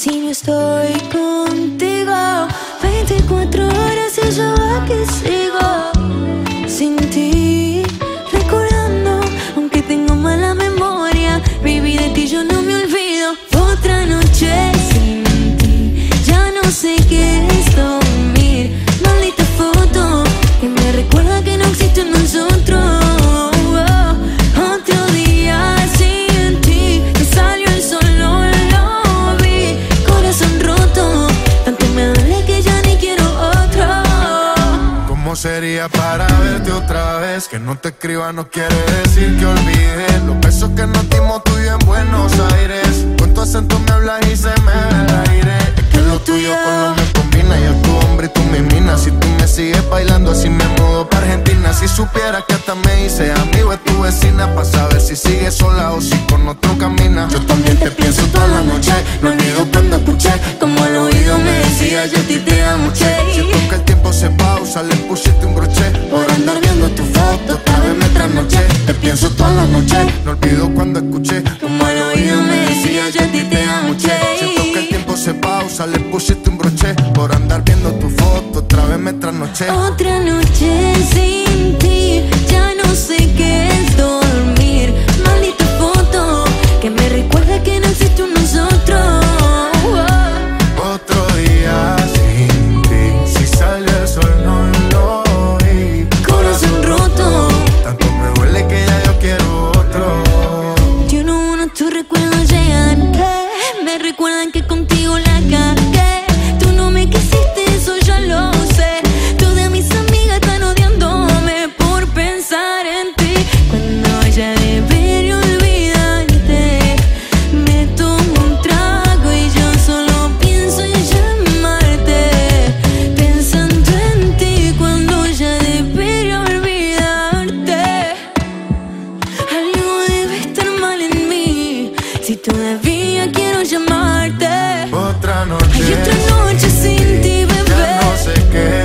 Si no estoy contigo 24 horas y yo aquí sigo sin ti, recordando, aunque tengo mala memoria. Baby, de ti yo no me olvido. Otra noche sin ti, ya no sé qué es dormir. Maldita foto que me recuerda que no existe nosotros. Otro día sin ti, me salió el sol, no lo vi. Corazón roto, tanto me duele que ya ni quiero otro. ¿Cómo sería para verte otra vez? Que no te escriba no quiere decir que olvides los besos que nos dimos tú y yo en Buenos Aires. Con tu acento me hablas y se me ve el aire. Es que lo tuyo con lo me combina. Yo tu hombre y tú mi mina. Si tú me sigues bailando así me mudo pa' Argentina. Si supieras que hasta me hice amigo de tu vecina, pa' saber si sigues sola o si con otro camina. Yo también te pienso toda la noche. No olvido cuando escuché como al oído me decía yo a ti te amo, che. Siento que el tiempo se pausa, le pusiste un broche por andar viendo tu foto, otra vez me trasnoché. Te pienso toda la noche. No olvido cuando escuché como al oído me decía yo a ti te amo, che. Siento que el tiempo se pausa, le pusiste un broche por andar viendo tu foto, otra vez me trasnoché. Otra noche sin ti, ya no sé qué es dormir. Maldita foto que me recuerda que no existe un nosotros. Otro día sin ti, si sale el sol no lo vi. Corazón roto, tanto me duele que ya yo quiero otro. Yo no uno tus recuerdos llegan, me recuerdan que contigo la cagué. Tú no me quisiste, eso ya lo sé. Todas mis amigas están odiándome por pensar en ti. Cuando ya debería olvidarte, me tomo un trago y yo solo pienso en llamarte, pensando en ti. Cuando ya debería olvidarte, algo debe estar mal en mí, si todavía quiero llamarte. Otra noche, Hay otra noche sin ti, bebé. ya no sé qué